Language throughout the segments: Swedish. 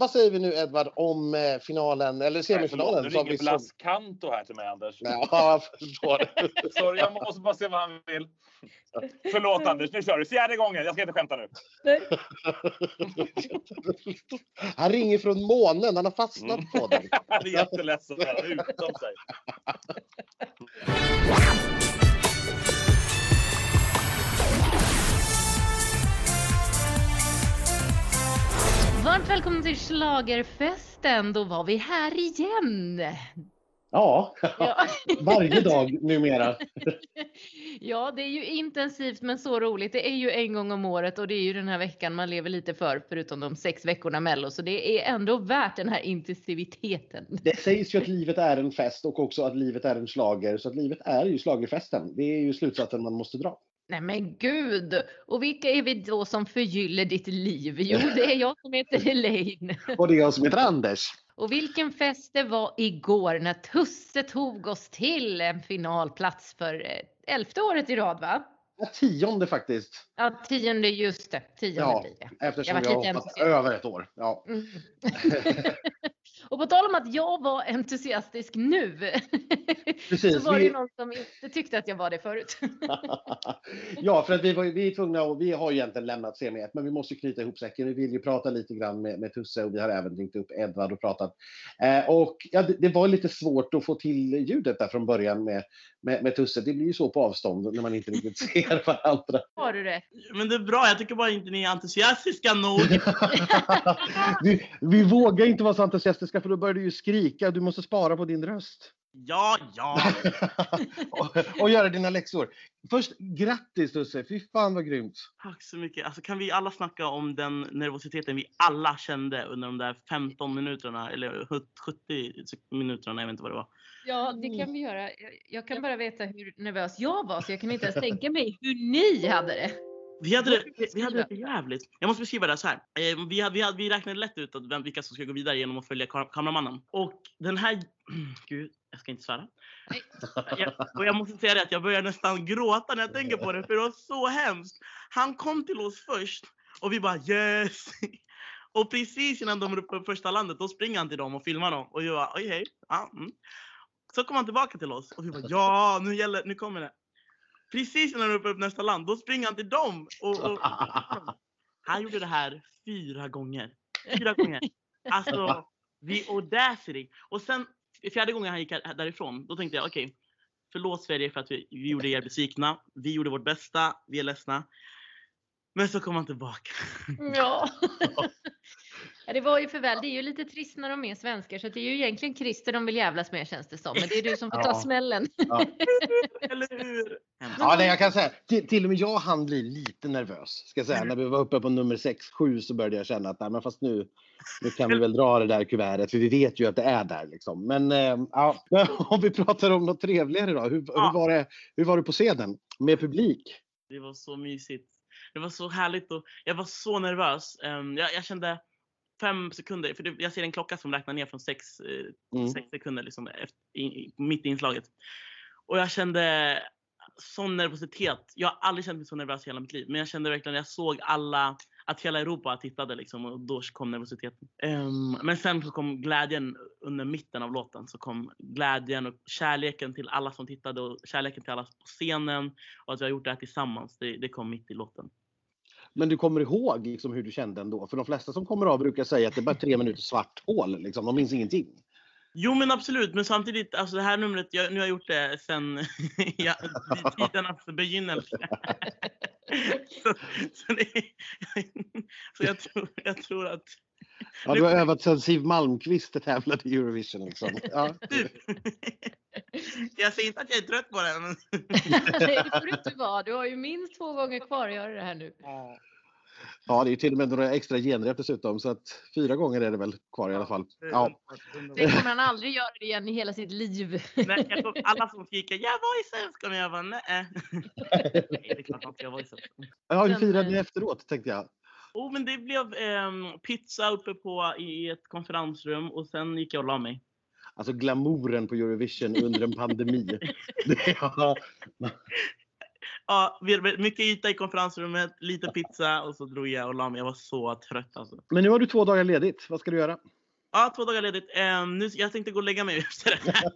vad säger vi nu, Edvard, om finalen eller semifinalen? Nu ringer Blas Kanto här till mig, Anders. Ja, jag förstår. Sorry, jag måste bara se vad han vill. Förlåt, Anders, nu kör du. 4:e gången, jag ska inte skämta nu. Nej. Han ringer från månen, han har fastnat på den. Han är jätteledsen, han är utom sig. Varmt välkommen till Schlagerfesten. Då var vi här igen. Ja, varje dag numera. Ja, det är ju intensivt men så roligt. Det är ju en gång om året och det är ju den här veckan man lever lite förutom de 6 veckorna Mello. Så det är ändå värt den här intensiviteten. Det sägs ju att livet är en fest och också att livet är en schlager. Så att livet är ju schlagerfesten. Det är ju slutsatsen man måste dra. Nej men gud! Och vilka är vi då som förgyller ditt liv? Jo, det är jag som heter Elaine. Och det är jag som heter Anders. Och vilken fest det var igår när Tusse tog oss till en finalplats för 11:e året i rad, va? Ja, 10:e faktiskt. Ja, 10:e, just det. 10:e Ja, blir det. eftersom jag har hoppat över ett år. Ja. Mm. Och på tal om att jag var entusiastisk nu. Precis, så var det någon som inte tyckte att jag var det förut. Ja, för att vi är tvungna och vi har ju egentligen lämnat semi 1, men vi måste knyta ihop säcken. Vi vill ju prata lite grann med Tusse och vi har även ringt upp Edvard och pratat. Och ja, det var lite svårt att få till ljudet där från början med Tusse. Det blir ju så på avstånd när man inte riktigt ser varandra. Har du det? Men det är bra, jag tycker bara inte ni är entusiastiska nog. vi vågar inte vara så entusiastiska för då börjar du ju skrika. Du måste spara på din röst. Ja. och göra dina läxor. Först, grattis Tusse. Fy fan vad grymt. Tack så mycket. Alltså, kan vi alla snacka om den nervositeten vi alla kände under de där 15 minuterna eller 70 minuterna, jag vet inte vad det var. Ja, det kan vi göra. Jag kan bara veta hur nervös jag var så jag kan inte ens tänka mig hur ni hade det. Vi hade det jävligt. Jag måste beskriva det så här. Vi räknade lätt ut att vilka som ska gå vidare genom att följa kameramannen. Och den här... Gud, jag ska inte svära. Och jag måste säga det att jag börjar nästan gråta när jag tänker på det. För det var så hemskt. Han kom till oss först. Och vi bara yes. Och precis innan de var uppe på första landet. Då springer han till dem och filmar dem. Och jag bara oj hej. Så kom han tillbaka till oss. Och vi bara ja nu kommer det. Precis när han är uppe på nästa land, då springer han till dem. Och han gjorde det här 4 gånger. 4 gånger. Alltså, the audacity. Och sen, 4:e gången han gick därifrån, då tänkte jag, okej, förlåt Sverige för att vi gjorde er besvikna. Vi gjorde vårt bästa, vi är ledsna. Men så kom han tillbaka. Ja. Ja, det var ju för väl. Det är ju lite trist när de är svenskar. Så det är ju egentligen Christer de vill jävlas med, känns det som. Men det är du som får ta smällen. Ja. Eller hur? Ja, det jag kan säga. Till och med han blir lite nervös. Ska jag säga. När vi var uppe på nummer 6-7 så började jag känna att nej, men fast nu kan vi väl dra det där kuvertet. För vi vet ju att det är där liksom. Men ja, om vi pratar om något trevligare då. Hur var det på scenen med publik? Det var så mysigt. Det var så härligt och jag var så nervös. Jag kände 5 sekunder, för jag ser en klocka som räknar ner från 6 sekunder liksom, mitt i inslaget. Och jag kände sån nervositet. Jag har aldrig känt mig så nervös i hela mitt liv. Men jag kände verkligen, jag såg att hela Europa tittade liksom, och då kom nervositeten. Men sen så kom glädjen under mitten av låten. Så kom glädjen och kärleken till alla som tittade och kärleken till alla på scenen. Och att vi har gjort det här tillsammans, det kom mitt i låten. Men du kommer ihåg liksom hur du kände ändå? För de flesta som kommer av brukar säga att det är bara 3 minuter svart hål. Liksom. De minns ingenting. Jo, men absolut. Men samtidigt, alltså det här numret, nu har jag gjort det sen tidernas begynnelse. så jag tror att... Ja, du har övat sen Siv Malmkvist tävlade i Eurovision. Liksom. Ja. Jag säger inte att jag är trött på det. Men... Nej, det får du inte vara. Du har ju minst 2 gånger kvar att göra det här nu. Ja, det är ju till och med några extra genrep dessutom. Så att 4 gånger är det väl kvar i alla fall. Ja. Det kommer han aldrig göra det igen i hela sitt liv. Nej, jag såg alla som skriker, jag var i sällskap. Jag var nej. Nej, det är klart att jag var i sällskap. Ja, hur firade ni efteråt, tänkte jag. Men det blev pizza uppe i ett konferensrum och sen gick jag och la mig. Alltså glamouren på Eurovision under en pandemi. Ja, mycket yta i konferensrummet, lite pizza och så drog jag och la mig. Jag var så trött alltså. Men nu har du 2 dagar ledigt. Vad ska du göra? Ja, 2 dagar ledigt. Nu, jag tänkte gå och lägga mig efter det här.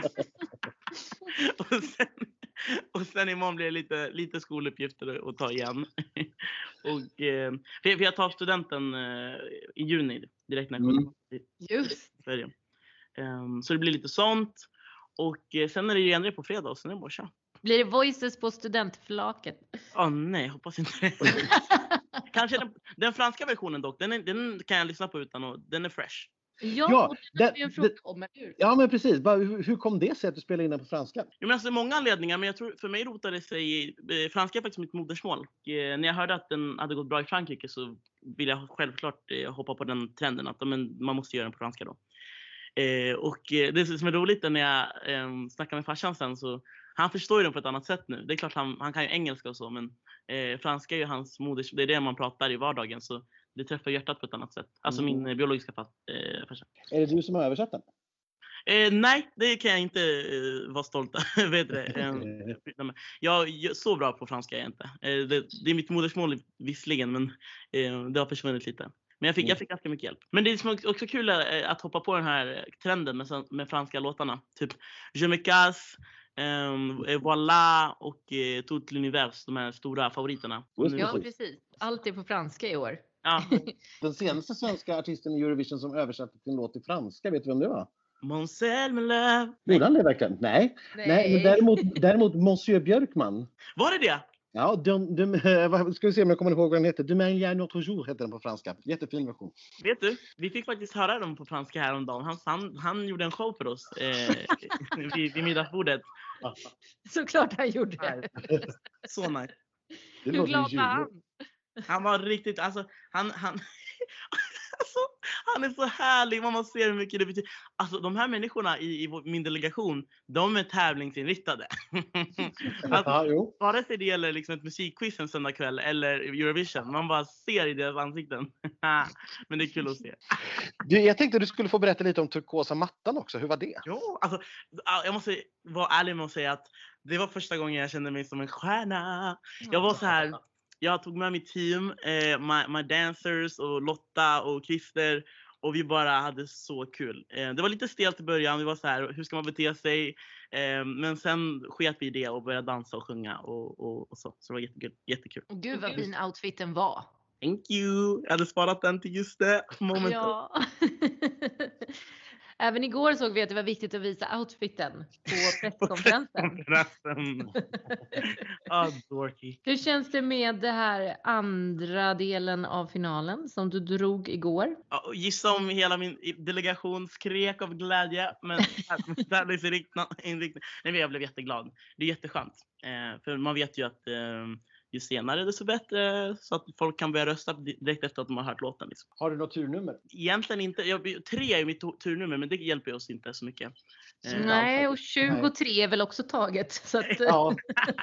och sen imorgon blir det lite skoluppgifter att ta igen. Och, för jag tar studenten i juni direkt när jag kommer till Sverige. Så det blir lite sånt. Och sen är det ju ändring på fredag och sen är det bara kör. Blir det voices på studentflaket? Nej, hoppas inte det. Kanske den franska versionen dock. Den kan jag lyssna på utan och den är fresh. Ja, och den har vi en fråga om, eller hur? Ja, men precis. Hur kom det sig att du spelade in den på franska? Jo, men alltså många anledningar, men jag tror för mig rotade sig i franska är faktiskt mitt modersmål. Och, när jag hörde att den hade gått bra i Frankrike så ville jag självklart hoppa på den trenden att man måste göra den på franska då. Och det som är roligt är när jag snackar med farsan sen så han förstår ju den på ett annat sätt nu. Det är klart han kan ju engelska och så, men franska är ju hans modersmål. Det är det man pratar i vardagen så det träffar hjärtat på ett annat sätt. Alltså min biologiska farsa. Är det du som har översatt den? Nej, det kan jag inte vara stolt över. Vet det. Jag är så bra på franska är jag inte. Det är mitt modersmål visserligen, men det har försvunnit lite. Men jag fick ganska mycket hjälp. Men det är också kul att hoppa på den här trenden med franska låtarna. Typ Je me casse, Voilà och Tout l'univers, de här stora favoriterna. Ja, precis. Allt är på franska i år. Ja. Den senaste svenska artisten i Eurovision som översatte sin låt till franska, vet du vem det var? Månsel med löv. Gjorde han det verkligen? Nej, men däremot Monsieur Björkman. Var det det? Ja, ska vi se om jag kommer ihåg vad den heter. Demain il y a un autre jour heter den på franska. Jättefin version. Vet du, vi fick faktiskt höra dem på franska häromdagen. Han gjorde en show för oss vid middagsbordet. Såklart han gjorde. Så nice. Hur glad var han? Han var riktigt, alltså han han är så härlig, man ser hur mycket det betyder. Alltså de här människorna i min delegation, de är tävlingsinriktade. Alltså, vare sig det gäller liksom ett musikquiz en söndag kväll eller Eurovision, man bara ser i deras ansikten. Men det är kul att se. Jag tänkte att du skulle få berätta lite om turkosa mattan också, hur var det? Jo, alltså jag måste vara ärlig med att säga att det var första gången jag kände mig som en stjärna. Jag var så här. Jag tog med mitt team, my dancers och Lotta och Christer och vi bara hade så kul. Det var lite stelt i början, vi var så här, hur ska man bete sig? Men sen sket vi i det och började dansa och sjunga och så. Så det var jättekul. Gud vad fin outfiten var. Thank you! Jag hade sparat den till just det momentet. Ja. Även igår såg vi att det var viktigt att visa outfiten på presskonferensen. Dorky. Hur känns det med det här andra delen av finalen som du drog igår? Ja, gissa om hela min delegation skrek av glädje. Men nej, jag blev jätteglad. Det är jätteskönt. För man vet ju att ju senare desto bättre så att folk kan börja rösta direkt efter att de har hört låten. Liksom. Har du något turnummer? Egentligen inte. 3 är mitt turnummer, men det hjälper oss inte så mycket. Nej, och 23 är väl också taget. Så att... Ja.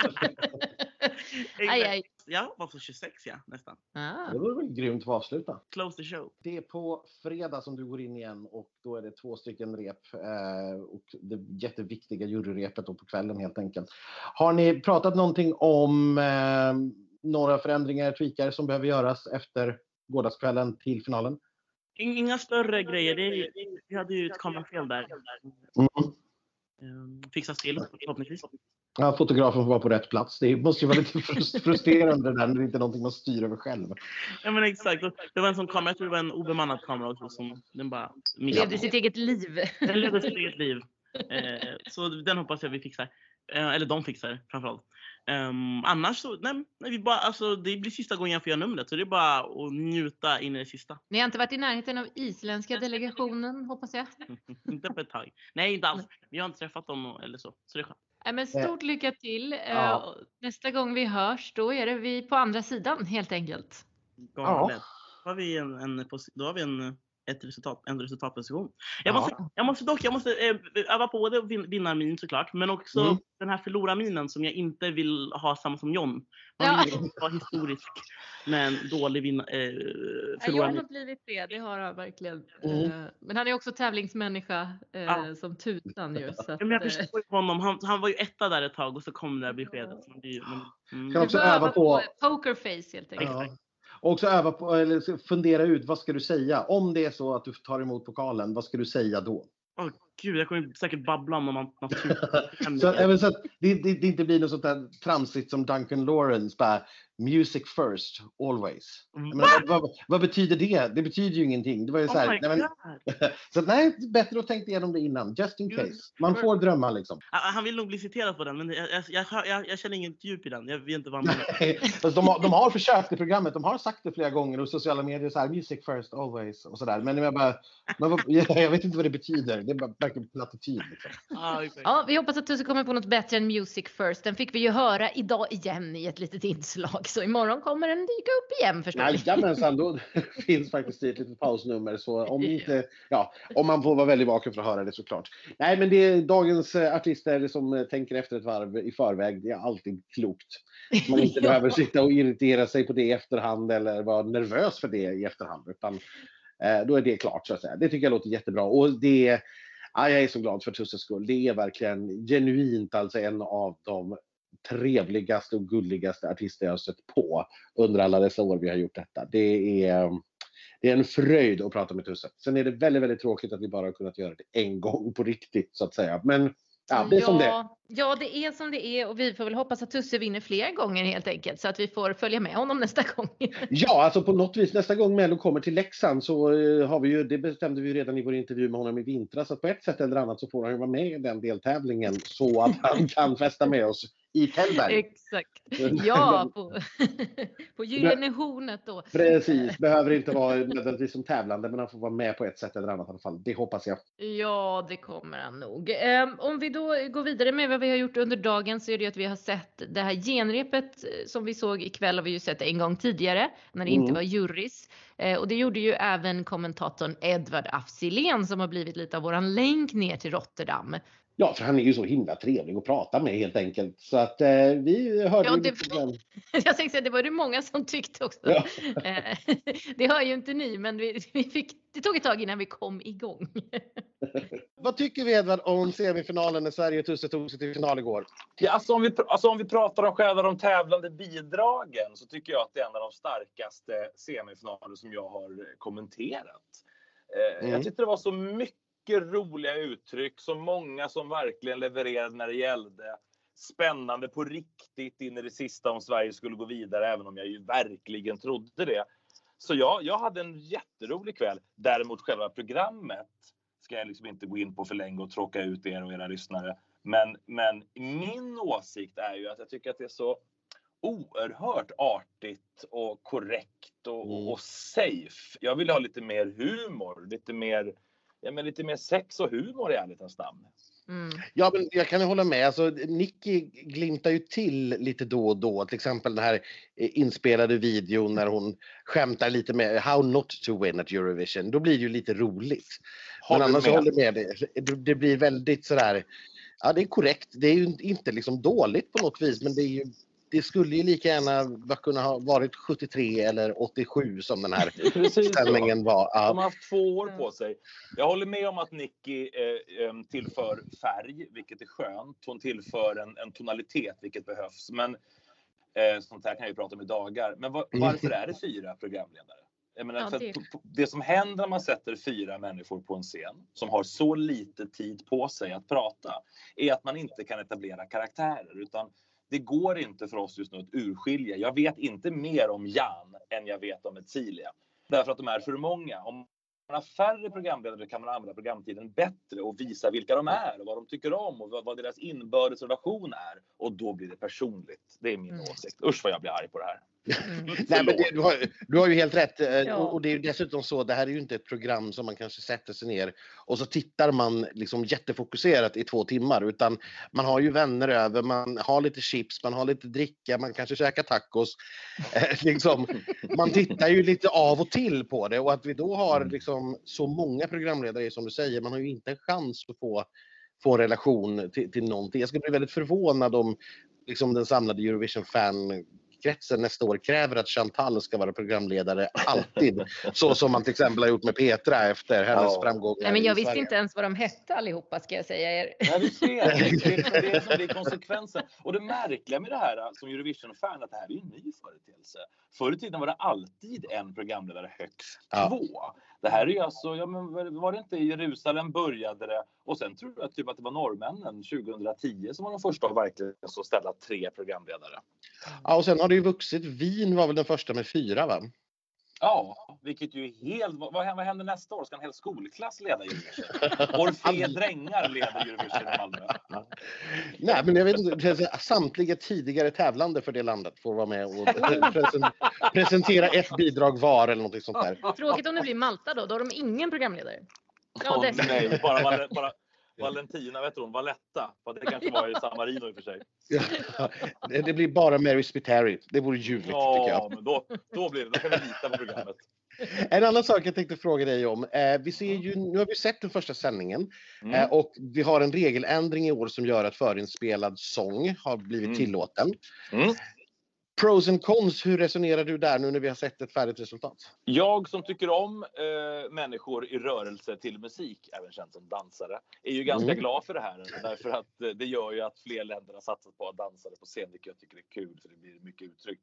aj. Jag var på 26, nästan. Det var väl grymt att avsluta. Close the show. Det är på fredag som du går in igen och då är det 2 stycken rep och det jätteviktiga juryrepet då på kvällen helt enkelt. Har ni pratat någonting om några förändringar, tweakar som behöver göras efter gårdagskvällen till finalen? Inga större grejer. Vi hade ju ett kamerafel där. Fixas till förhoppningsvis. Ja, fotografen får vara på rätt plats. Det måste ju vara lite frustrerande där när det inte är någonting man styr över själv. Ja, men exakt. Det var en sån kamera, jag tror det var en obemannad kamera också som den bara levde sitt eget liv. Den levde sitt eget liv. Så den hoppas jag vi fixar. Eller de fixar framförallt. Annars så, nej, vi bara, alltså, det blir sista gången jag får göra numret. Så det är bara att njuta in i det sista. Ni har inte varit i närheten av isländska delegationen, hoppas jag? Inte på ett tag. Nej, inte alls. Vi har inte träffat dem eller så. Så det är skönt. Men stort lycka till. Nästa gång vi hörs, då är det vi på andra sidan helt enkelt. Då har vi en resultatposition. Jag måste öva på det och vinna min såklart. Men också den här förlora-minen som jag inte vill ha samma som John. Man vill vara historisk med en dålig förlora-min. John har blivit det har han verkligen. Men han är också tävlingsmänniska som tutan ju. Så att, men jag förstår honom. Han var ju etta där ett tag och så kom det här beskedet. Kan också öva på pokerface helt enkelt. Ja. Och också öva på, eller fundera ut, vad ska du säga? Om det är så att du tar emot pokalen, vad ska du säga då? Gud, jag kommer säkert babbla om något så att det inte blir något sånt där tramsigt som Duncan Lawrence, bara music first, always. Vad betyder det? Det betyder ju ingenting. Det var ju så här, nej, bättre att tänka igenom det innan, just in case. Man får drömma liksom. Han vill nog bli citerad på den, men jag känner inget djup i den. Jag vet inte vad man de har försökt i programmet, de har sagt det flera gånger och sociala medier så här, music first, always och sådär. Men jag vet inte vad det betyder. Det är bara verkligen plattityd liksom. Ja, vi hoppas att Tusse kommer på något bättre än music first. Den fick vi ju höra idag igen i ett litet inslag. Så imorgon kommer den dyka upp igen förstås. Jajamensan, då finns faktiskt ett litet pausnummer. Så om man får vara väldigt vaken för att höra det såklart. Nej, men det är dagens artister som tänker efter ett varv i förväg. Det är alltid klokt. Man inte behöver sitta och irritera sig på det i efterhand eller vara nervös för det i efterhand. Utan då är det klart så att säga. Det tycker jag låter jättebra. Och jag är så glad för Tusses skull. Det är verkligen genuint alltså en av de trevligaste och gulligaste artister jag har sett på under alla dessa år vi har gjort detta. Det är en fröjd att prata med Tusse. Sen är det väldigt, väldigt tråkigt att vi bara har kunnat göra det en gång på riktigt så att säga. Men det är som det är. Ja, det är som det är och vi får väl hoppas att Tusse vinner fler gånger helt enkelt så att vi får följa med honom nästa gång. Ja, alltså på något vis nästa gång Mello kommer till Leksand så har vi ju, det bestämde vi redan i vår intervju med honom i vintras, att på ett sätt eller annat så får han ju vara med i den deltävlingen så att han kan festa med oss i Tällberg. Exakt. Ja, på Gyllene Hornet då. Precis, behöver inte vara nödvändigtvis som tävlande men han får vara med på ett sätt eller annat i alla fall. Det hoppas jag. Ja, det kommer han nog. Om vi då går vidare med vad vi har gjort under dagen så är det att vi har sett det här genrepet som vi såg ikväll har vi ju sett en gång tidigare när det inte var jurys. Och det gjorde ju även kommentatorn Edvard af Sillén som har blivit lite av våran länk ner till Rotterdam. Ja, för han är ju så himla trevlig att prata med helt enkelt. Så att vi hörde ju lite grann. Jag tänkte säga, det var det många som tyckte också. Ja. Det hör ju inte ni, men det tog ett tag innan vi kom igång. Vad tycker vi Edvard om semifinalen när Sverige och Tusse tog sig till final igår? Ja, om vi pratar om själva de tävlande bidragen så tycker jag att det är en av de starkaste semifinaler som jag har kommenterat. Jag tyckte det var så mycket roliga uttryck, så många som verkligen levererade när det gällde. Spännande på riktigt in i det sista om Sverige skulle gå vidare, även om jag ju verkligen trodde det. Så jag hade en jätterolig kväll. Däremot själva programmet ska jag liksom inte gå in på för länge och tråka ut er och era lyssnare. Men min åsikt är ju att jag tycker att det är så oerhört artigt och korrekt och safe. Jag vill ha lite mer humor, lite mer sex och humor i ärlighetens namn. Ja, men jag kan hålla med. Alltså, Nicky glimtar ju till lite då och då. Till exempel den här inspelade videon när hon skämtar lite med How not to win at Eurovision. Då blir det ju lite roligt. Men annars håller med det blir väldigt sådär. Ja, det är korrekt. Det är ju inte liksom dåligt på något vis. Men det skulle ju lika gärna kunna ha varit 73 eller 87 som den här ställningen var. Ja. De har haft 2 år på sig. Jag håller med om att Nicky tillför färg, vilket är skönt. Hon tillför en tonalitet, vilket behövs. Men sånt här kan jag ju prata om i dagar. Men varför är det 4 programledare? Jag menar, för det som händer när man sätter 4 människor på en scen som har så lite tid på sig att prata är att man inte kan etablera karaktärer, utan det går inte för oss just nu att urskilja. Jag vet inte mer om Jan än jag vet om Etsilia. Därför att de är för många. Om man har färre programledare kan man använda programtiden bättre och visa vilka de är och vad de tycker om och vad deras inbördes relation är. Och då blir det personligt. Det är min åsikt. Usch vad jag blir arg på det här. Nej, men du har ju helt rätt. Ja. Och det är ju dessutom så, det här är ju inte ett program som man kanske sätter sig ner och så tittar man liksom jättefokuserat i 2 timmar, utan man har ju vänner över, man har lite chips, man har lite dricka, man kanske käkar tacos. Liksom, man tittar ju lite av och till på det, och att vi då har liksom så många programledare, som du säger, man har ju inte en chans att få en relation till någonting. Jag skulle bli väldigt förvånad om liksom den samlade Eurovision-fankretsen nästa år kräver att Chantal ska vara programledare alltid. Så som man till exempel har gjort med Petra efter hennes framgångar. Nej, men jag visste inte ens vad de hette allihopa, ska jag säga er. Ja, du ser. Det är som blir konsekvensen. Och det märkliga med det här som Eurovision-fan, att det här är en ny företeelse. Förr i tiden var det alltid en programledare, högst 2. Det här är ju alltså, var det inte i Jerusalem började det, och sen tror jag typ att det var norrmännen 2010 som var de första att verkligen så ställa 3 programledare. Ja, och sen har det ju vuxit. Wien var väl den första med 4, va? Ja, vilket ju är helt... Vad händer nästa år? Ska en hel skolklass leda Eurovision? Orfea drängar leder Eurovision i Malmö. Nej, men jag vet inte. Samtliga tidigare tävlande för det landet får vara med och presentera ett bidrag var eller något sånt där. Tråkigt om det blir Malta då. Då har de ingen programledare. Ja, nej, bara Valentina, vet hon, Valletta. För det kanske var i San Marino i och för sig. Ja, det blir bara Mary Spiteri. Det vore ljuvligt, tycker jag. Ja, men då kan vi lita på programmet. En annan sak jag tänkte fråga dig om. Vi ser ju, nu har vi sett den första sändningen. Och vi har en regeländring i år som gör att förinspelad sång har blivit tillåten. Pros and cons, hur resonerar du där nu när vi har sett ett färdigt resultat? Jag som tycker om människor i rörelse till musik, även känd som dansare, är ju ganska glad för det här. Därför att det gör ju att fler länder har satsat på dansare på scen, vilket jag tycker är kul, för det blir mycket uttryck.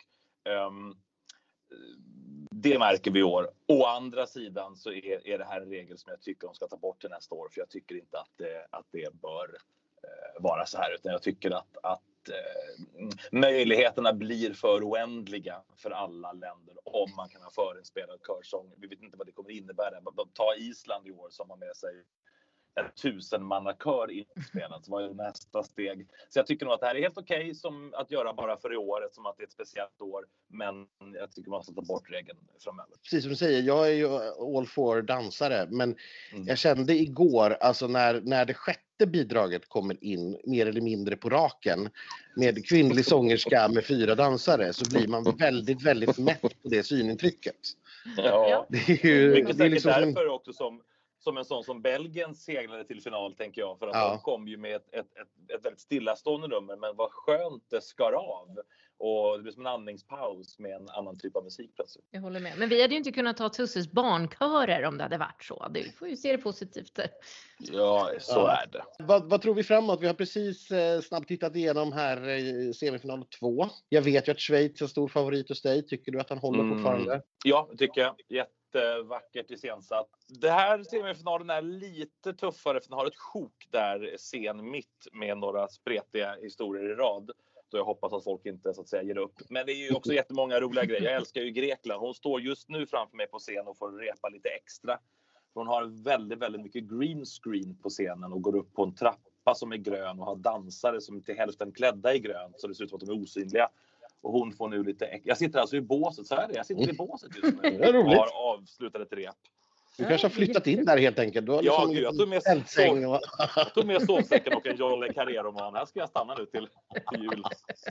Det märker vi i år. Å andra sidan så är det här en regel som jag tycker de ska ta bort till nästa år, för jag tycker inte att det bör vara så här, utan jag tycker att möjligheterna blir för oändliga för alla länder om man kan ha förinspelad körsång. Vi vet inte vad det kommer innebära. Ta Island i år som har med sig en 1000-mannakör inspelad, så var ju nästa steg. Så jag tycker nog att det här är helt okej som att göra bara för i år, som att det är ett speciellt år, men jag tycker man ska ta bort regeln framöver. Precis som du säger, jag är ju all for dansare, men jag kände igår, alltså när det 6:e bidraget kommer in mer eller mindre på raken med kvinnlig sångerska med 4 dansare, så blir man väldigt, väldigt mätt på det synintrycket. Ja, det är ju mycket det är liksom därför också som en sån som Belgien seglade till final, tänker jag. För att de kom ju med ett väldigt stillastående nummer, men vad skönt det skar av. Och det blir som en andningspaus med en annan typ av musik plötsligt. Jag håller med. Men vi hade ju inte kunnat ta Tusses barnkörer om det hade varit så. Du får ju se det positivt där. Ja, så är det. Vad tror vi framåt? Vi har precis snabbt tittat igenom här i semifinal 2. Jag vet ju att Schweiz är stor favorit hos dig. Tycker du att han håller fortfarande? Ja, det tycker jag. Jättevackert iscensatt. Det här semifinalen är lite tuffare, för den har ett sjok där scen mitt med några spretiga historier i rad. Så jag hoppas att folk inte så att säga ger upp. Men det är ju också jättemånga roliga grejer. Jag älskar ju Grekland. Hon står just nu framför mig på scen och får repa lite extra. Hon har väldigt, väldigt mycket green screen på scenen och går upp på en trappa som är grön och har dansare som är till hälften klädda i grönt, så det ser ut som att de är osynliga. Och hon får nu lite... Jag sitter alltså i båset, så är det. Jag sitter i båset just nu. Det är roligt. Och har avslutat ett rep. Du kanske har flyttat in där helt enkelt. Du har liksom jag tog med sovsäcken och en Jolle Carrero-man. Här ska jag stanna nu till jul.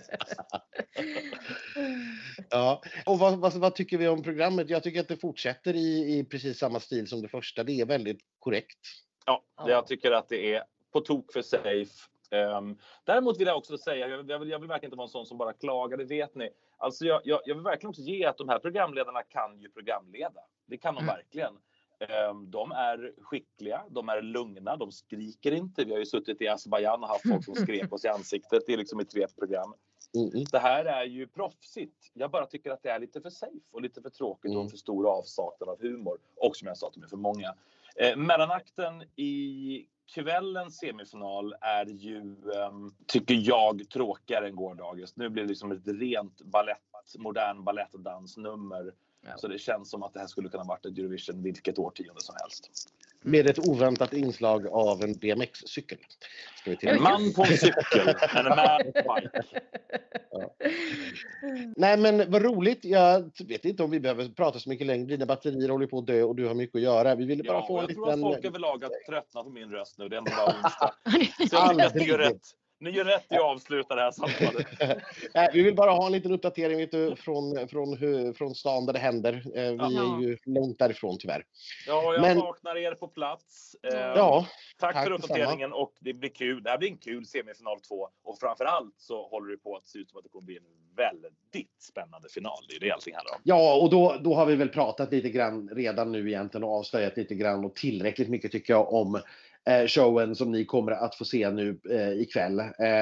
Ja. Och vad tycker vi om programmet? Jag tycker att det fortsätter i precis samma stil som det första. Det är väldigt korrekt. Ja, jag tycker att det är på tok för safe. Däremot vill jag också säga, jag vill verkligen inte vara en sån som bara klagar, det vet ni. Alltså jag vill verkligen också ge att de här programledarna kan ju programleda. Det kan de verkligen. De är skickliga, de är lugna, de skriker inte. Vi har ju suttit i Azerbaijan och haft folk som skrek oss i ansiktet. Det är liksom ett repprogram. Det här är ju proffsigt. Jag bara tycker att det är lite för safe och lite för tråkigt och för stor avsaknad av humor. Och som jag sa, att de är för många. Mellanakten i kvällens semifinal är ju, tycker jag, tråkigare än gårdagens. Nu blir det liksom ett rent modern balettdansnummer. Ja. Så det känns som att det här skulle kunna varit ett Eurovision vilket årtionde som helst. Med ett oväntat inslag av en BMX-cykel. En man på en cykel. En man på bike. Ja. Nej, men vad roligt. Jag vet inte om vi behöver prata så mycket längre. Dina batterier håller på att dö och du har mycket att göra. Vi ville bara få jag tror att folk överlag har tröttnat på min röst nu. Det är ändå bara onsdag. Så jag tycker att ni gör rätt. Ni gör rätt i att avsluta det här samtalet. Vi vill bara ha en liten uppdatering, vet du, från stan där det händer. Vi är ju långt därifrån tyvärr. Ja, jag saknar er på plats. Tack för uppdateringen detsamma. och det blir kul. Det här blir en kul semifinal 2 och framförallt så håller det på att se ut som att det kommer bli en väldigt spännande final. Det är det allting handlar om. Ja, och då har vi väl pratat lite grann redan nu egentligen och avslöjat lite grann och tillräckligt mycket tycker jag om showen som ni kommer att få se nu ikväll.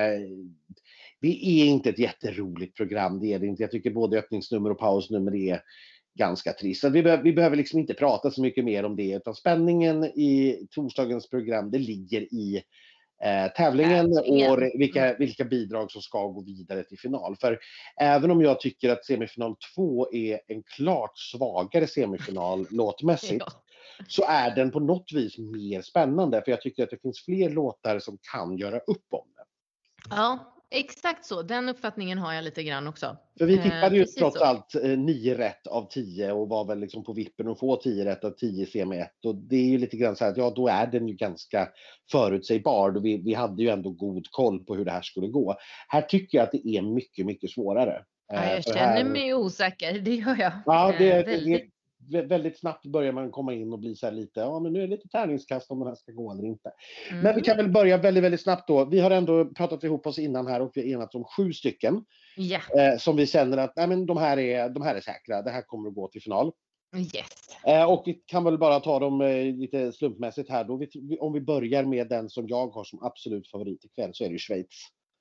Det är inte ett jätteroligt program, det är det inte. Jag tycker både öppningsnummer och pausnummer är ganska trist. Vi behöver liksom inte prata så mycket mer om det, utan spänningen i torsdagens program, det ligger i tävlingen och vilka bidrag som ska gå vidare till final. För även om jag tycker att semifinal 2 är en klart svagare semifinal låtmässigt, så är den på något vis mer spännande. För jag tycker att det finns fler låtar som kan göra upp om det. Ja, exakt så. Den uppfattningen har jag lite grann också. För vi tippade ju trots allt 9 rätt av 10 och var väl liksom på vippen att få 10 rätt av 10 semi 1. Och det är ju lite grann så här att då är den ju ganska förutsägbar. Och vi hade ju ändå god koll på hur det här skulle gå. Här tycker jag att det är mycket, mycket svårare. Ja, jag känner mig osäker, det gör jag. Ja, väldigt snabbt börjar man komma in och bli så här lite, men nu är det lite tärningskast om den här ska gå eller inte. Men vi kan väl börja väldigt, väldigt snabbt då. Vi har ändå pratat ihop oss innan här och vi har enats om 7 stycken. Som vi känner att de här är säkra. Det här kommer att gå till final. Yes. Och vi kan väl bara ta dem lite slumpmässigt här då. Om vi börjar med den som jag har som absolut favorit ikväll, så är det ju Schweiz.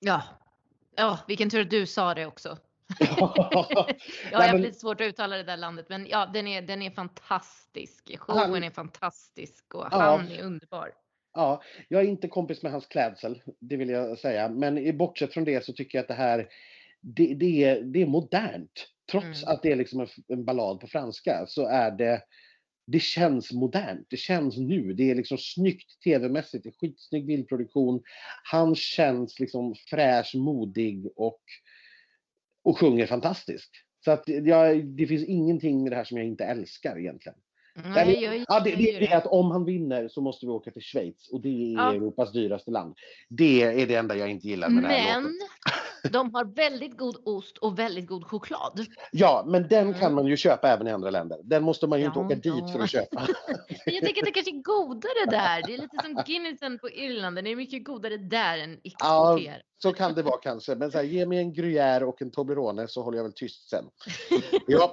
Ja, vilken tur att du sa det också. Jag har lite svårt att uttala det där landet, men den är fantastisk. Showen är fantastisk och han är underbar. Ja, jag är inte kompis med hans klädsel, det vill jag säga. Men bortsett från det så tycker jag att det här det är modernt. Trots att det är liksom en ballad på franska, så är det känns modernt. Det känns nu. Det är liksom snyggt tv-mässigt. Det är skitsnygg bildproduktion. Han känns liksom fräsch, modig och sjunger fantastiskt. Så att det finns ingenting med det här som jag inte älskar egentligen. Nej, det är att om han vinner så måste vi åka till Schweiz. Och det är Europas dyraste land. Det är det enda jag inte gillar med den här låten. De har väldigt god ost och väldigt god choklad. Ja, men den kan man ju köpa även i andra länder. Den måste man ju inte åka dit för att köpa. Jag tycker att det kanske är godare där. Det är lite som Guinnessen på Irland. Det är mycket godare där än exporterat. Ja, så kan det vara kanske. Men så här, ge mig en gruyère och en Toblerone så håller jag väl tyst sen. Ja.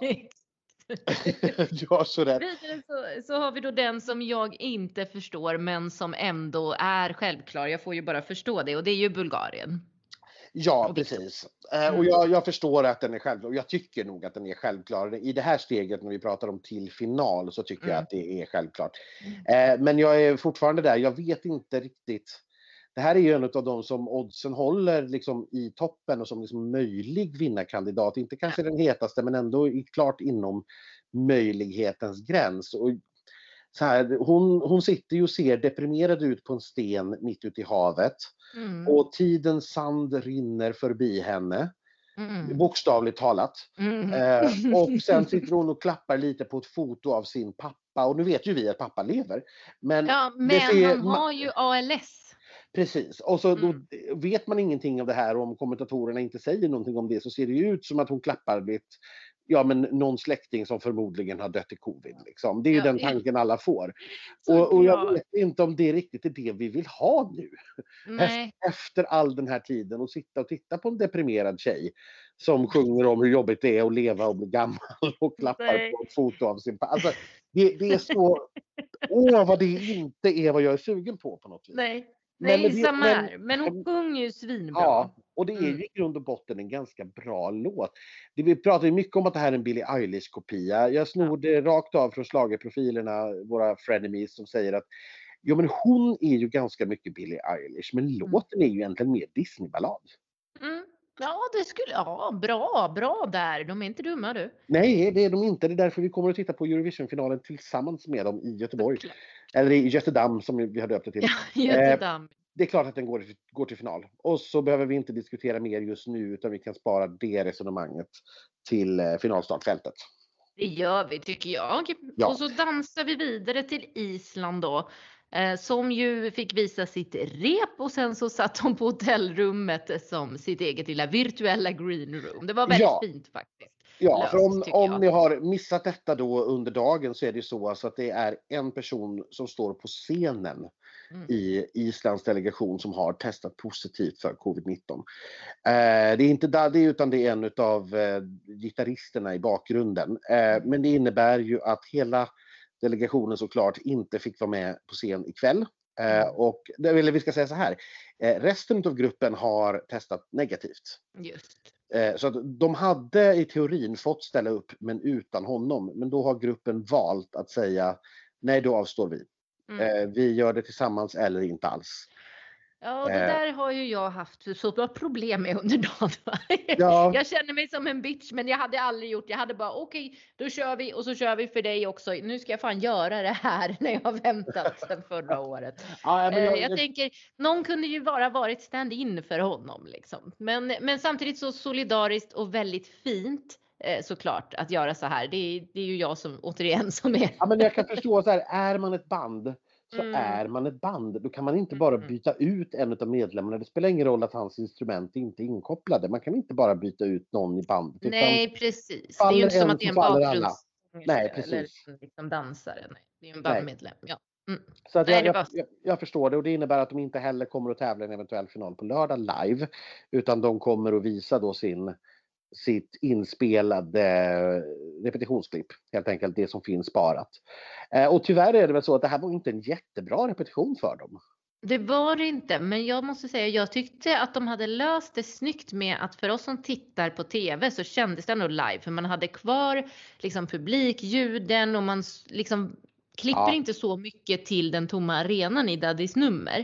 Ja, sådär. Vidare så har vi då den som jag inte förstår men som ändå är självklar. Jag får ju bara förstå det och det är ju Bulgarien. Ja, precis. Och jag förstår att den är självklar. Jag tycker nog att den är självklar. I det här steget när vi pratar om till final så tycker jag att det är självklart. Men jag är fortfarande där. Jag vet inte riktigt. Det här är ju en av de som oddsen håller liksom i toppen och som liksom möjlig vinnarkandidat. Inte kanske den hetaste men ändå klart inom möjlighetens gräns. Och så här, hon sitter ju och ser deprimerad ut på en sten mitt ute i havet. Och tidens sand rinner förbi henne. Bokstavligt talat. Och sen sitter hon och klappar lite på ett foto av sin pappa. Och nu vet ju vi att pappa lever. Men han har ju ALS. Precis, och så då vet man ingenting av det här och om kommentatorerna inte säger någonting om det så ser det ju ut som att hon klappar men någon släkting som förmodligen har dött i covid. Liksom. Det är ju den tanken alla får. Och jag vet inte om det riktigt är det vi vill ha nu. Efter all den här tiden och sitta och titta på en deprimerad tjej som sjunger om hur jobbigt det är att leva och bli gammal och klappar på ett foto av sin pappa. Alltså, det är så... vad det inte är vad jag är sugen på något vis. Men hon sjunger ju svinbra. Ja, och det är ju i grund och botten en ganska bra låt. Vi pratar ju mycket om att det här är en Billie Eilish-kopia. Jag snor det rakt av från schlagerprofilerna, våra frenemies som säger att men hon är ju ganska mycket Billie Eilish, men låten är ju egentligen mer Disney-ballad. Ja, det skulle... Ja, bra där. De är inte dumma du. Nej, det är de inte. Det är därför vi kommer att titta på Eurovision-finalen tillsammans med dem i Göteborg. Eller i Götterdam som vi har döpt det till. Ja, Götterdam. Det är klart att den går till final. Och så behöver vi inte diskutera mer just nu, utan vi kan spara det resonemanget till finalstartfältet. Det gör vi, tycker jag. Ja. Och så dansar vi vidare till Island då. Som ju fick visa sitt rep och sen så satt de på hotellrummet som sitt eget lilla virtuella green room. Det var väldigt fint faktiskt. Ja, löst, för om ni har missat detta då under dagen så är det så alltså att det är en person som står på scenen i Islands delegation som har testat positivt för covid-19. Det är inte Daddy utan det är en av gitarristerna i bakgrunden. Men det innebär ju att hela delegationen såklart inte fick vara med på scen ikväll. Och eller vi ska säga så här, resten av gruppen har testat negativt. Just. Så att de hade i teorin fått ställa upp men utan honom. Men då har gruppen valt att säga nej, då avstår vi. Vi gör det tillsammans eller inte alls. Ja, det där har ju jag haft så bra problem med under dagen. Ja. Jag känner mig som en bitch, men jag hade aldrig gjort. Jag hade bara okej, då kör vi och så kör vi för dig också. Nu ska jag fan göra det här när jag har väntat sedan förra året. Ja, men jag tänker, någon kunde ju bara varit stand-in för honom liksom. Men samtidigt så solidariskt och väldigt fint. Såklart att göra så här. Det är ju jag som återigen som är. Ja, men jag kan förstå så här, är man ett band så är man ett band. Då kan man inte bara byta ut en av medlemmarna. Det spelar ingen roll att hans instrument inte är inkopplade. Man kan inte bara byta ut någon i bandet. Nej, precis. Det är ju inte som att det är en bakgrundssångerska eller liksom dansare. Nej, det är ju en bandmedlem. Ja. Så att jag förstår det, och det innebär att de inte heller kommer att tävla i en eventuell final på lördag live, utan de kommer att visa då sitt inspelade repetitionsklipp, helt enkelt det som finns sparat. Och tyvärr är det väl så att det här var inte en jättebra repetition för dem. Det var det inte, men jag måste säga, jag tyckte att de hade löst det snyggt med att för oss som tittar på tv så kändes det ändå live, för man hade kvar liksom publikljuden och man liksom klipper inte så mycket till den tomma arenan i Daddys nummer.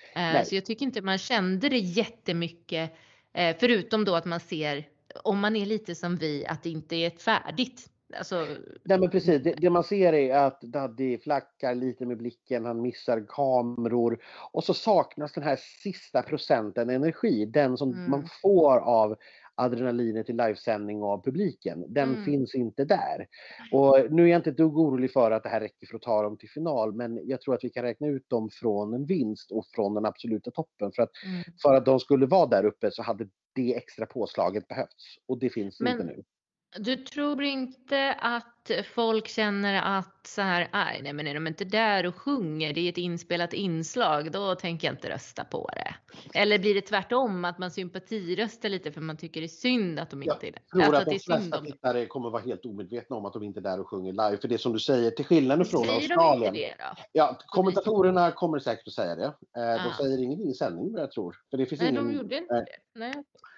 Så jag tycker inte man kände det jättemycket, förutom då att man ser, om man är lite som vi, att det inte är färdigt. Alltså... Nej, men precis, det man ser är att Daddy flackar lite med blicken, han missar kameror och så saknas den här sista procenten energi, den som man får av adrenalinet i livesändning av publiken. Den finns inte där. Och nu är jag inte ett dugg orolig för att det här räcker för att ta dem till final, men jag tror att vi kan räkna ut dem från en vinst och från den absoluta toppen. För att de skulle vara där uppe så hade det extra påslaget behövts. Och det finns inte nu. Du tror inte att folk känner att så här, nej men är de inte där och sjunger, det är ett inspelat inslag, då tänker jag inte rösta på det. Eller blir det tvärtom, att man sympatiröstar lite för man tycker det är synd att de inte är där? Jag tror att de flesta tittare kommer vara helt omedvetna om att de inte är där och sjunger live. För det som du säger, till skillnad från Australien. De inte det, då? Ja, kommentatorerna kommer säkert att säga det. De säger ingenting i sändning, jag tror. För det finns de gjorde inte det. Nej.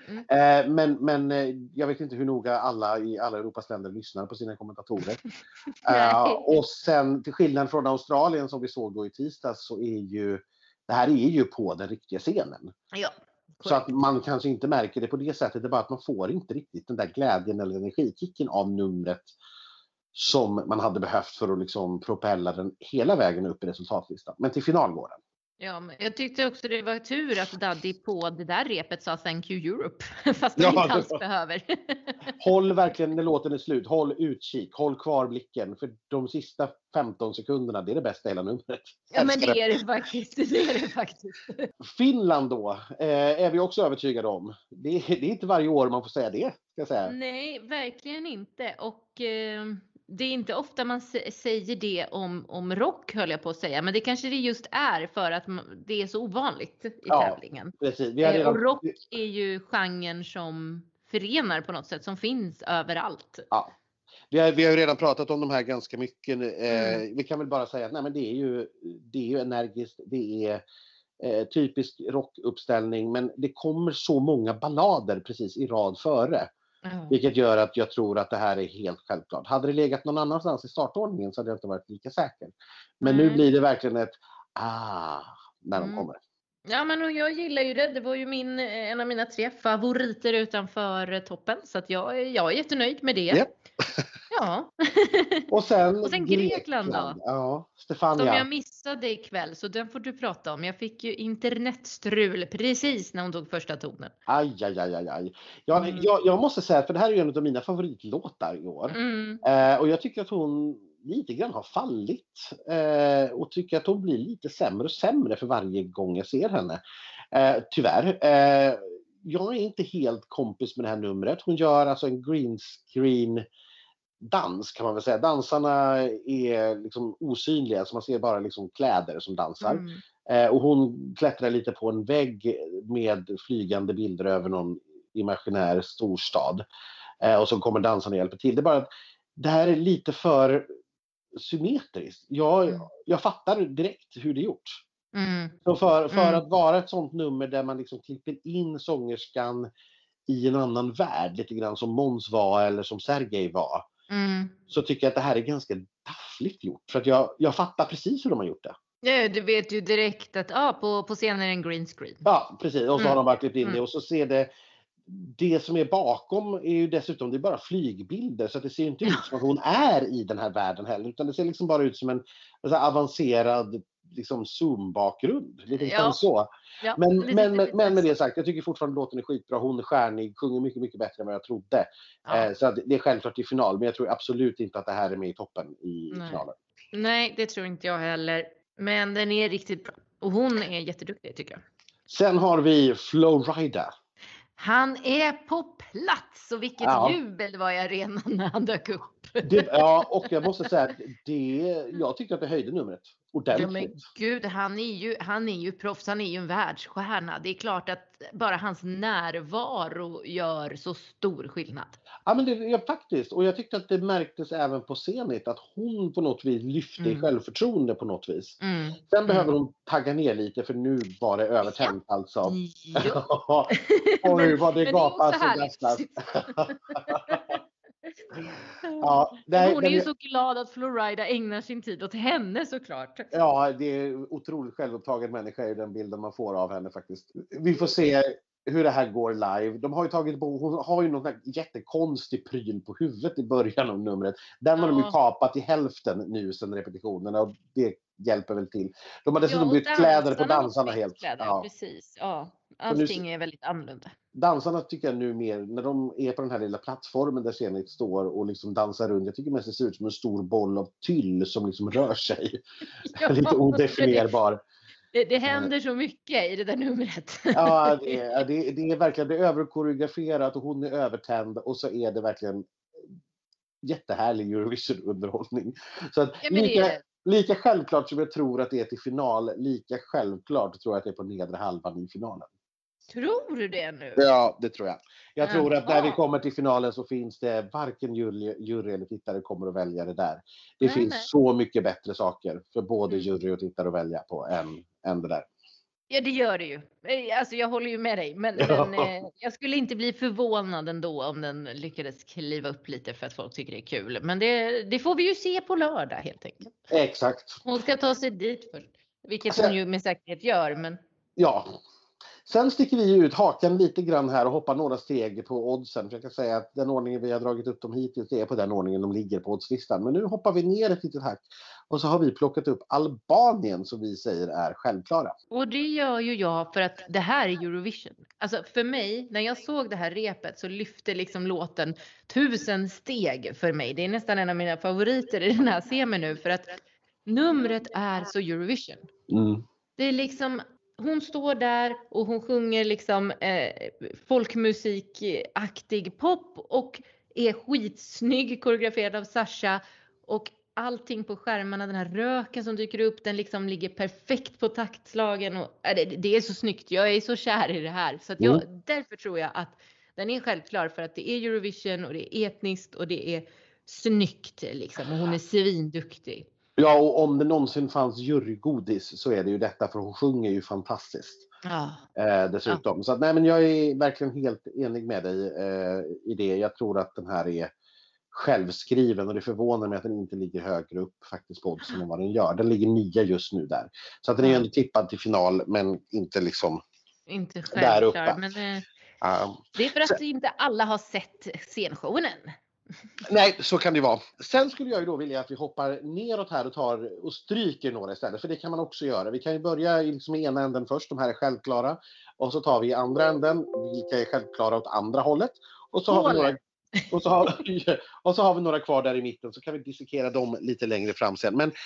Men jag vet inte hur noga alla i alla Europas länder lyssnar på sina kommentatorer. Och sen till skillnad från Australien som vi såg då i tisdags, så är ju det här är ju på den riktiga scenen. Ja, så att man kanske inte märker det på det sättet. Det är bara att man får inte riktigt den där glädjen eller energikicken av numret som man hade behövt för att liksom propella den hela vägen upp i resultatlistan. Men till final går den. Ja, men jag tyckte också det var tur att Daddy på det där repet sa thank you Europe. Fast de inte alls behöver. Håll verkligen när låten är slut. Håll utkik. Håll kvar blicken. För de sista 15 sekunderna, det är det bästa i hela numret. Ja, men det är det faktiskt. Finland då är vi också övertygade om. Det är inte varje år man får säga det, ska jag säga. Nej, verkligen inte. Och... det är inte ofta man säger det om rock, höll jag på att säga. Men det kanske det just är för att det är så ovanligt i tävlingen. Precis. Och rock är ju genren som förenar på något sätt, som finns överallt. Ja. Vi har ju redan pratat om de här ganska mycket. Vi kan väl bara säga att nej, men det är ju energiskt, det är typisk rockuppställning. Men det kommer så många ballader precis i rad före. Vilket gör att jag tror att det här är helt självklart. Hade det legat någon annanstans i startordningen så hade jag inte varit lika säker. Men nu blir det verkligen ett när de kommer. Ja, men jag gillar ju det. Det var ju en av mina 3 favoriter utanför toppen. Så att jag är jättenöjd med det. Yep. Ja. Och sen Grekland då. Ja, Som Stefania. jag missade ikväll, så den får du prata om. Jag fick ju internetstrul precis när hon tog första tonen. Aj. Jag måste säga, för det här är ju en av mina favoritlåtar i år. Och jag tycker att hon lite grann har fallit. Och tycker att hon blir lite sämre och sämre för varje gång jag ser henne. Tyvärr. Jag är inte helt kompis med det här numret. Hon gör alltså en green screen dans, kan man väl säga. Dansarna är liksom osynliga, så man ser bara liksom kläder som dansar. Och hon klättrar lite på en vägg med flygande bilder över någon imaginär storstad. Och så kommer dansarna och hjälper till. Det är bara att det här är lite för symmetriskt. Jag fattar direkt hur det är gjort. Så för att vara ett sånt nummer där man liksom klipper in sångerskan i en annan värld, lite grann som Måns var eller som Sergej var, så tycker jag att det här är ganska taffligt gjort. För att jag fattar precis hur de har gjort det. Ja, du vet ju direkt att på scenen är en green screen. Ja, precis. Och så har de bara klippt in det. Och så ser det som är bakom är ju dessutom, det är bara flygbilder. Så att det ser inte ut som att hon är i den här världen heller. Utan det ser liksom bara ut som en avancerad liksom zoom-bakgrund. Lite så. Ja, men med det sagt, jag tycker fortfarande låten är skitbra. Hon är stjärnig, sjunger mycket, mycket bättre än vad jag trodde. Så att det är självklart i final. Men jag tror absolut inte att det här är med i toppen i finalen. Nej, det tror inte jag heller. Men den är riktigt bra. Och hon är jätteduktig, tycker jag. Sen har vi Flowrida. Han är på plats, och vilket jubel det var i arenan när han dök upp. Och jag måste säga att jag tyckte att det höjde numret ordentligt. Ja, men gud, han är ju proffs, han är ju en världsstjärna. Det är klart att bara hans närvaro gör så stor skillnad. Ja, men faktiskt. Och jag tyckte att det märktes även på Zenit att hon på något vis lyfte i självförtroende på något vis. Sen behöver hon tagga ner lite, för nu var det övertänt alltså. Och nu var det gapat som nästan. Hon är ju så glad att Flowrida ägnar sin tid åt henne, såklart. Ja, det är otroligt självupptagen människa i den bilden man får av henne faktiskt. Vi får se hur det här går live. De har ju hon har ju någon jättekonstig pryl på huvudet i början av numret. Den har de ju kapat i hälften nu sedan repetitionen, och det hjälper väl till. De har dessutom bytt kläder på dansarna helt. Precis. Ja. Allting är väldigt annorlunda. Dansarna tycker jag nu mer, när de är på den här lilla plattformen där Zenit står och liksom dansar runt, jag tycker mest det ser ut som en stor boll av tyll som liksom rör sig. Lite odefinierbar. Det händer så mycket i det där numret. Ja, det är verkligen, det är överkoreograferat och hon är övertänd, och så är det verkligen jättehärlig Eurovision-underhållning. Så att lika självklart som jag tror att det är till final, lika självklart tror jag att det är på nedre halvan i finalen. Tror du det nu? Ja, det tror jag. Jag tror att när vi kommer till finalen så finns det varken jury eller tittare kommer att välja det där. Det finns så mycket bättre saker för både jury och tittare att välja på än det där. Ja, det gör det ju. Alltså, jag håller ju med dig. Men jag skulle inte bli förvånad ändå om den lyckades kliva upp lite för att folk tycker det är kul. Men det får vi ju se på lördag helt enkelt. Exakt. Hon ska ta sig dit först. Vilket hon ju med säkerhet gör. Men... Ja. Sen sticker vi ut hakan lite grann här och hoppar några steg på oddsen. För jag kan säga att den ordningen vi har dragit upp dem hittills är på den ordningen de ligger på oddslistan. Men nu hoppar vi ner ett litet hack. Och så har vi plockat upp Albanien som vi säger är självklara. Och det gör ju jag för att det här är Eurovision. Alltså för mig, när jag såg det här repet så lyfte liksom låten 1000 steg för mig. Det är nästan en av mina favoriter i den här semin nu. För att numret är så Eurovision. Det är liksom... Hon står där och hon sjunger liksom folkmusikaktig pop och är skitsnygg, koreograferad av Sasha, och allting på skärmarna, den här röken som dyker upp, den liksom ligger perfekt på taktslagen, och det är så snyggt. Jag är så kär i det här, så att därför tror jag att den är självklar, för att det är Eurovision och det är etniskt och det är snyggt liksom, och hon är svinduktig. Ja, och om det någonsin fanns jurygodis så är det ju detta, för hon sjunger ju fantastiskt. Dessutom. Så att, nej, men jag är verkligen helt enig med dig i det. Jag tror att den här är självskriven, och det förvånar mig att den inte ligger högre upp faktiskt på oddsen än vad den gör. Den ligger 9 just nu där. Så att den är ändå tippad till final, men inte liksom inte där uppe. Men det är för att inte alla har sett scenshowen än. Nej, så kan det vara. Sen skulle jag ju då vilja att vi hoppar neråt här och stryker några istället. För det kan man också göra. Vi kan ju börja liksom i ena änden först. De här är självklara. Och så tar vi i andra änden. Vilka är självklara åt andra hållet. Och så har vi några, och så har vi några kvar där i mitten. Så kan vi dissekera dem lite längre fram sen. Men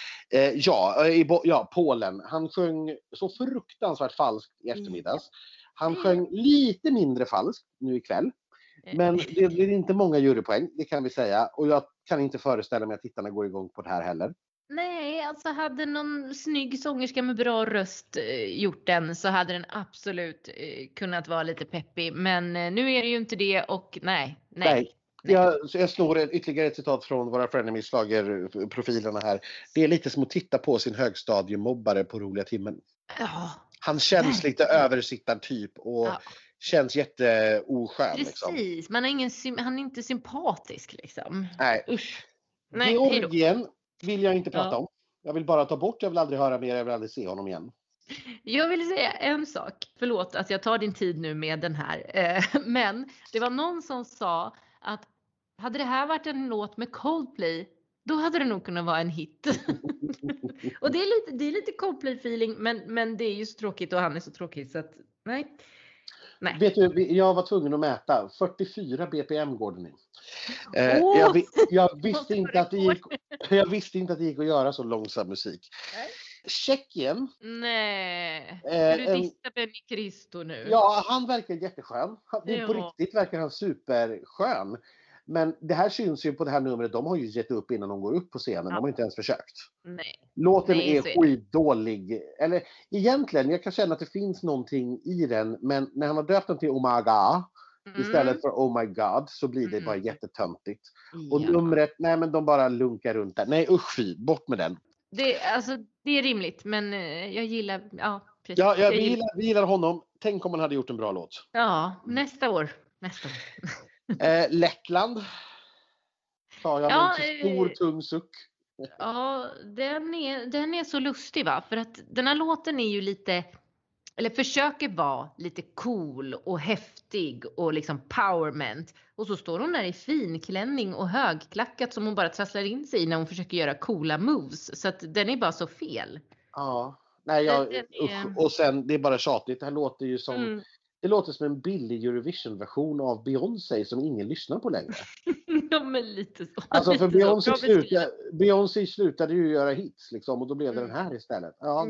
Polen. Han sjöng så fruktansvärt falskt i eftermiddags. Han sjöng lite mindre falskt nu ikväll. Men det blir inte många jurypoäng, det kan vi säga. Och jag kan inte föreställa mig att tittarna går igång på det här heller. Nej, alltså hade någon snygg sångerska med bra röst gjort den så hade den absolut kunnat vara lite peppig. Men nu är det ju inte det och nej. Jag snor ytterligare ett citat från våra Frenemies-slagerprofilerna här. Det är lite som att titta på sin högstadiemobbare på roliga timmen. Ja. Han känns lite översittartyp och känns jätteoskön. Precis, liksom. Han är inte sympatisk liksom. Nej. Usch. Nej, Georgien vill jag inte prata om. Jag vill bara ta bort, jag vill aldrig höra mer, jag vill aldrig se honom igen. Jag vill säga en sak, förlåt att jag tar din tid nu med den här. Men det var någon som sa att hade det här varit en låt med Coldplay, då hade det nog kunnat vara en hit. Och det är lite Coldplay-feeling, men det är ju så tråkigt och han är så tråkig så att nej. Vet du, jag var tvungen att mäta 44 BPM går den i. Jag visste inte att det gick att göra så långsam musik. Tjeckien. Nej. Du dissar Benny Cristo nu. Ja, han verkar jätteskön. På riktigt verkar han superskön. Men det här syns ju på det här numret. De har ju gett upp innan de går upp på scenen. De har inte ens försökt. Nej. Låten är skitdålig. Eller egentligen, jag kan känna att det finns någonting i den. Men när han har döpt den till Oh My God istället för Oh My God så blir det bara jättetöntigt. Och numret, nej men de bara lunkar runt där. Nej usch fy, bort med den. Det är rimligt, men jag gillar, precis. Ja, vi gillar honom. Tänk om man hade gjort en bra låt. Ja, nästa år. Lettland. Sa jag med en stor tung suck. Ja, den är så lustig va? För att den här låten är ju lite, eller försöker vara lite cool och häftig och liksom powerment. Och så står hon där i finklänning och högklackat som hon bara trasslar in sig i när hon försöker göra coola moves. Så att den är bara så fel. Ja, nej och sen det är bara tjatigt. Det här låter ju som det låter som en billig Eurovision-version av Beyoncé som ingen lyssnar på längre. Ja, men lite så. Alltså för Beyoncé slutade ju göra hits liksom och då blev det den här istället. Ja,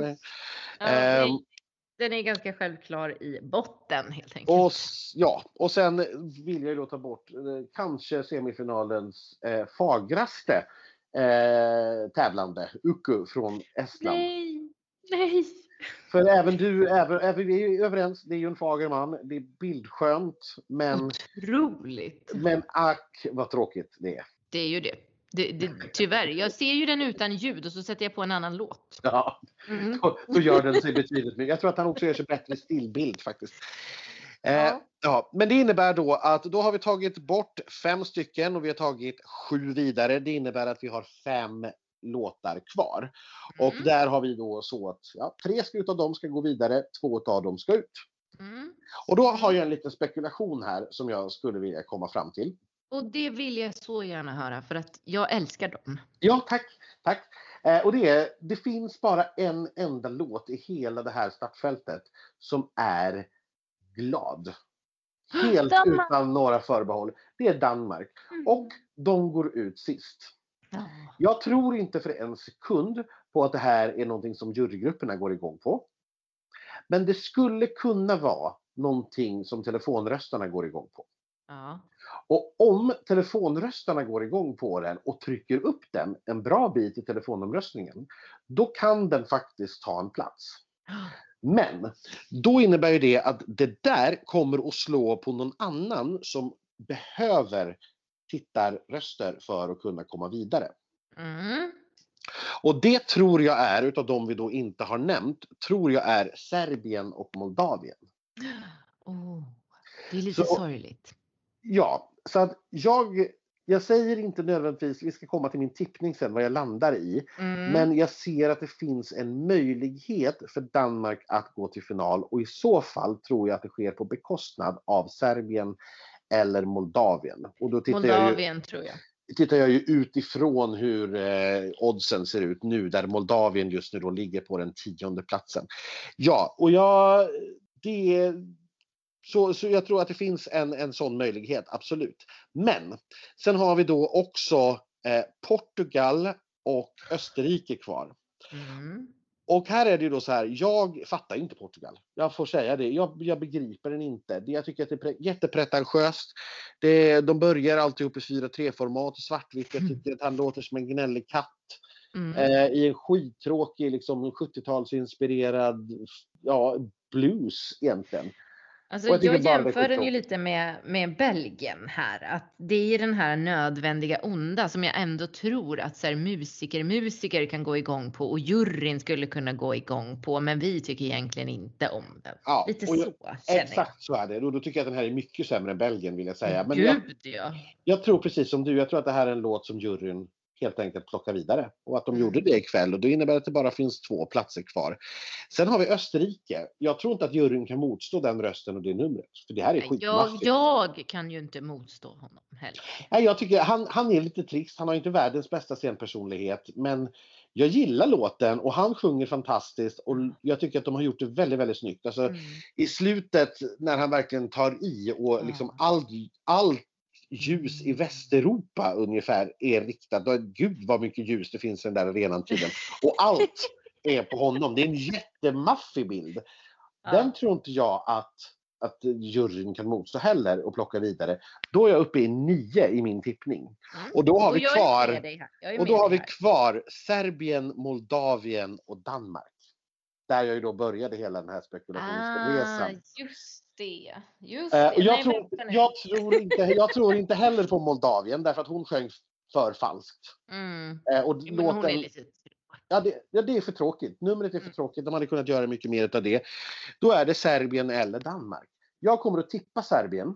den är ganska självklar i botten helt enkelt. Och sen vill jag ju ta bort kanske semifinalens fagraste tävlande, Uku från Estland. Nej. För även vi är överens, det är ju en fager man, det är bildskönt, men otroligt. Men ack vad tråkigt det är. Det är ju det. Tyvärr, jag ser ju den utan ljud och så sätter jag på en annan låt. Ja, då gör den sig betydligt mer. Jag tror att han också gör sig bättre stillbild faktiskt. Men det innebär då att då har vi tagit bort 5 stycken och vi har tagit 7 vidare. Det innebär att vi har 5 låtar kvar. Och där har vi då så att 3 av dem ska gå vidare, 2 av dem ska ut. Och då har jag en liten spekulation här som jag skulle vilja komma fram till. Och det vill jag så gärna höra för att jag älskar dem. Ja, tack. Och det finns bara en enda låt i hela det här startfältet som är glad. Helt utan några förbehåll. Det är Danmark. Och de går ut sist. Jag tror inte för en sekund på att det här är någonting som jurygrupperna går igång på. Men det skulle kunna vara någonting som telefonröstarna går igång på. Ja. Och om telefonröstarna går igång på den och trycker upp den en bra bit i telefonomröstningen, då kan den faktiskt ta en plats. Men då innebär ju det att det där kommer att slå på någon annan som behöver tittarröster för att kunna komma vidare. Och det tror jag är, utav de vi då inte har nämnt, tror jag är Serbien och Moldavien. Det är lite sorgligt. Ja, så att jag säger inte nödvändigtvis, vi ska komma till min tippning sen vad jag landar i. Men jag ser att det finns en möjlighet för Danmark att gå till final. Och i så fall tror jag att det sker på bekostnad av Serbien eller Moldavien. Och då Moldavien tror jag. Tittar jag ju utifrån hur oddsen ser ut nu, där Moldavien just nu då ligger på den 10:e platsen. Ja, och så jag tror att det finns en sån möjlighet, absolut. Men sen har vi då också Portugal och Österrike kvar. Och här är det ju då så här, jag fattar inte Portugal. Jag får säga det. Jag begriper den inte. Jag tycker att det är jättepretentiöst. De börjar alltihop i 4-3-format och svartvitt. Jag tycker att han låter som en gnällig katt. I en skittråkig, liksom 70-talsinspirerad blues egentligen. Alltså jag jämför den ju lite med Belgien här. Att det är den här nödvändiga onda som jag ändå tror att så här, musiker kan gå igång på. Och juryn skulle kunna gå igång på. Men vi tycker egentligen inte om den. Ja, lite så känner exakt så är det. Och då tycker jag att den här är mycket sämre än Belgien, vill jag säga. Men Gud, jag tror precis som du. Jag tror att det här är en låt som juryn helt enkelt plocka vidare. Och att de gjorde det ikväll. Och det innebär att det bara finns 2 platser kvar. Sen har vi Österrike. Jag tror inte att juryn kan motstå den rösten och det numret. För det här är skitmaffigt. Jag kan ju inte motstå honom heller. Nej, jag tycker han är lite trist. Han har inte världens bästa scenpersonlighet. Men jag gillar låten och han sjunger fantastiskt. Och jag tycker att de har gjort det väldigt, väldigt snyggt. Alltså, i slutet när han verkligen tar i och liksom allt ljus i Västeuropa ungefär är riktat. Gud vad mycket ljus det finns i den där arenan tydligen. Och allt är på honom. Det är en jättemaffig bild. Den tror inte jag att juryn kan motstå heller och plocka vidare. Då är jag uppe i 9 i min tippning. Och då har vi kvar Serbien, Moldavien och Danmark. Där jag ju då började hela den här spekulationsresan. Just det. Och jag tror inte heller på Moldavien därför att hon sjöng för falskt. Och hon är lite... det är för tråkigt. Numret är för tråkigt. De hade kunnat göra mycket mer av det. Då är det Serbien eller Danmark. Jag kommer att tippa Serbien.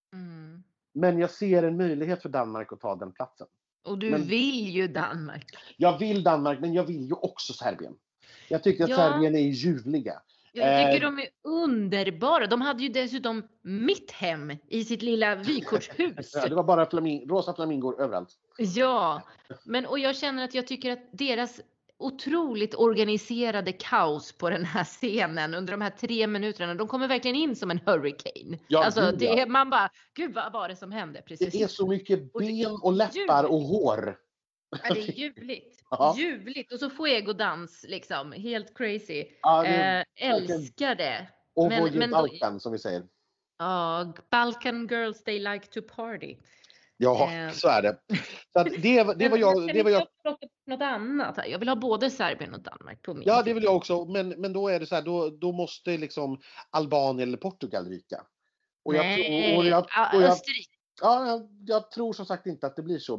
Men jag ser en möjlighet för Danmark att ta den platsen. Och du vill ju Danmark. Jag vill Danmark, men jag vill ju också Serbien. Jag tycker att Serbien är ljuvliga. Jag tycker de är underbara. De hade ju dessutom mitt hem i sitt lilla vykortshus. Det var bara rosa flamingor överallt. Ja, och jag känner att jag tycker att deras otroligt organiserade kaos på den här scenen under de här 3 minuterna. De kommer verkligen in som en hurricane. Man bara, gud vad var det som hände? Precis. Det är så mycket ben och läppar och hår. Ja, det är ljuvligt. Ljuvligt. Och så fuego-dans liksom. Helt crazy. Älskar det. Och Balkan som vi säger. Ja, Balkan girls they like to party. Ja, så är det. Så att det var jag något annat. Jag vill ha både Serbien och Danmark på min. Ja, det vill jag också. Men då är det så här, då måste liksom Albanien eller Portugal ryka. Och Österrike. Jag tror som sagt inte att det blir så.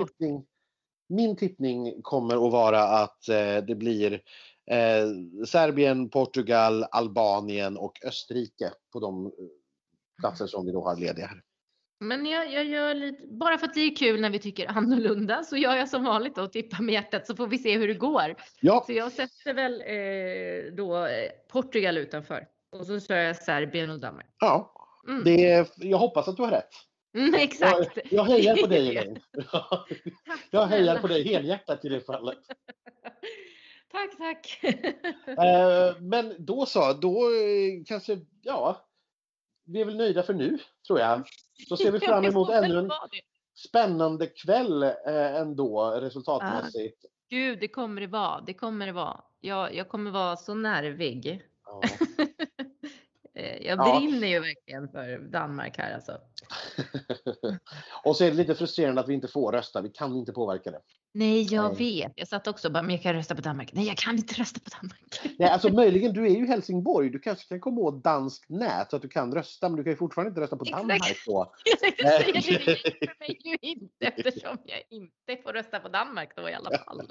Min tippning kommer att vara att det blir Serbien, Portugal, Albanien och Österrike på de platser som vi då har lediga här. Men jag gör lite, bara för att det är kul när vi tycker annorlunda, så gör jag som vanligt och tippar med hjärtat, så får vi se hur det går. Ja. Så jag sätter väl då Portugal utanför. Och så kör jag Serbien och Danmark. Ja, jag hoppas att du har rätt. Exakt. Jag hejar på dig, Elaine. Jag hejar på dig helhjärtat i det fallet. Tack. Men då kanske, vi är väl nöjda för nu, tror jag. Så ser vi fram emot ännu en spännande kväll ändå, resultatmässigt. Gud, det kommer det vara. Jag kommer vara så nervig. Ja. Jag brinner ju verkligen för Danmark här alltså. Och så är det lite frustrerande att vi inte får rösta. Vi kan inte påverka det. Nej, jag vet. Jag satt också bara, men jag kan rösta på Danmark. Nej, jag kan inte rösta på Danmark. Nej, alltså möjligen, du är ju i Helsingborg. Du kanske kan komma åt danskt nät så att du kan rösta. Men du kan ju fortfarande inte rösta på Danmark då. Jag tänkte säga, det hjälper mig ju inte eftersom jag inte får rösta på Danmark då i alla fall.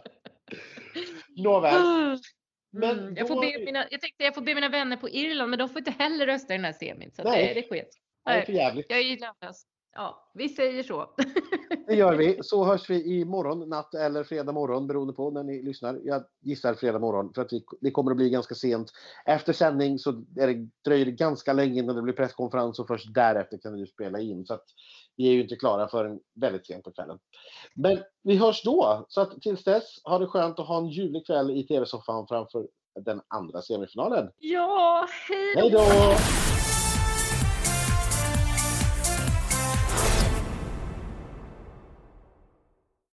Nåväl. Men jag får be mina vänner på Irland, men de får inte heller rösta i den här semin. Så det sker. Det är för jävligt. Jag är ju nervös. Ja, vi säger så. Det gör vi. Så hörs vi imorgon natt eller fredag morgon beroende på när ni lyssnar. Jag gissar fredag morgon för att det kommer att bli ganska sent. Efter sändning så dröjer det ganska länge innan det blir presskonferens och först därefter kan vi spela in. Så att vi är ju inte klara förrän väldigt sent på kvällen. Men vi hörs då. Så att tills dess, ha det skönt att ha en ljuvlig kväll i tv-soffan framför den andra semifinalen. Ja, hej då! Hej då!